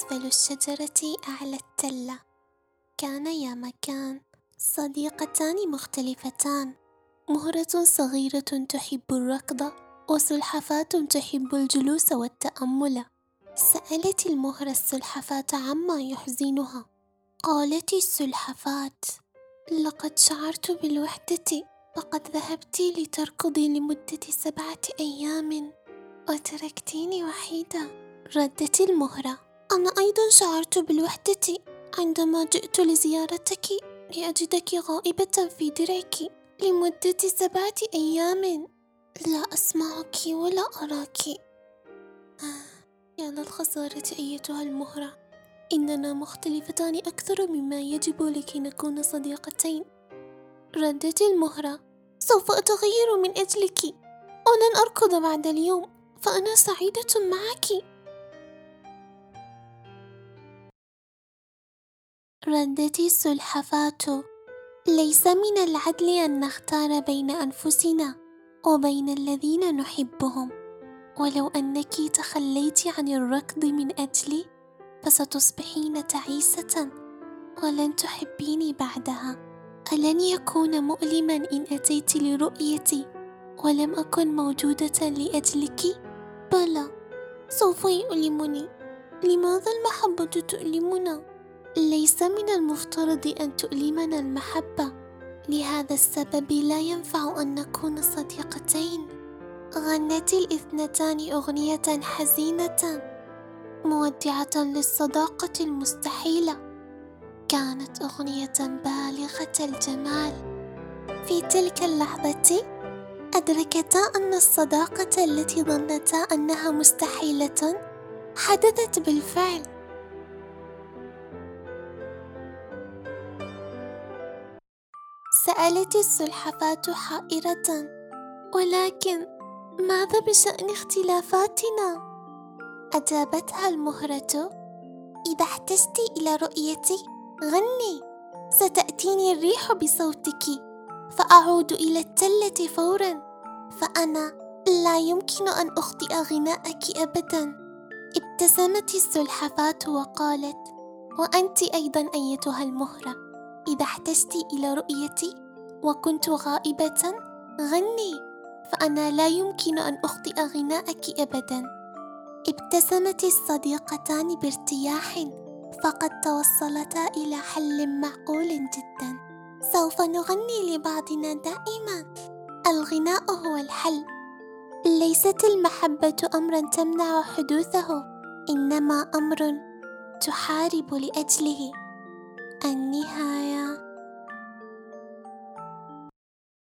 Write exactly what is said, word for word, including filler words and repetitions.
أسفل الشجرة أعلى التلة. كان يا مكان صديقتان مختلفتان، مهرة صغيرة تحب الركض، وسلحفاة تحب الجلوس والتأمل. سألت المهرة السلحفاة عما يحزنها. قالت السلحفاة: لقد شعرت بالوحدة، فقد ذهبت لتركضي لمدة سبعة أيام وتركتيني وحيدة. ردت المهرة: أنا أيضا شعرت بالوحدة عندما جئت لزيارتك لأجدك غائبة في درعك لمدة سبعة أيام، لا أسمعك ولا أراك. يا للخسارة أيتها المهرة، إننا مختلفتان أكثر مما يجب لكي نكون صديقتين. ردت المهرة: سوف أتغير من أجلك، ولن أركض بعد اليوم، فأنا سعيدة معك. ردت السلحفاة: ليس من العدل أن نختار بين أنفسنا وبين الذين نحبهم، ولو أنك تخليت عن الركض من أجلي فستصبحين تعيسة ولن تحبيني بعدها. ألن يكون مؤلما إن أتيت لرؤيتي ولم أكن موجودة لأجلك؟ بلى، سوف يؤلمني. لماذا المحبة تؤلمنا؟ ليس من المفترض أن تؤلمنا المحبة، لهذا السبب لا ينفع أن نكون صديقتين. غنت الاثنتان أغنية حزينة مودعة للصداقة المستحيلة. كانت أغنية بالغة الجمال. في تلك اللحظة أدركتا أن الصداقة التي ظنتا أنها مستحيلة حدثت بالفعل. سألت السلحفاة حائرة: ولكن ماذا بشأن اختلافاتنا؟ أجابتها المهرة: إذا احتجت إلى رؤيتي غني، ستأتيني الريح بصوتك فأعود إلى التلة فورا، فأنا لا يمكن أن أخطئ غناءك أبدا. ابتسمت السلحفاة وقالت: وأنت أيضا أيتها المهرة، إذا احتجت إلى رؤيتي وكنت غائبة غني، فأنا لا يمكن أن أخطئ غناءك أبدا. ابتسمت الصديقتان بارتياح، فقد توصلتا إلى حل معقول جدا. سوف نغني لبعضنا دائما، الغناء هو الحل. ليست المحبة أمرا تمنع حدوثه، إنما أمر تحارب لأجله. النهاية.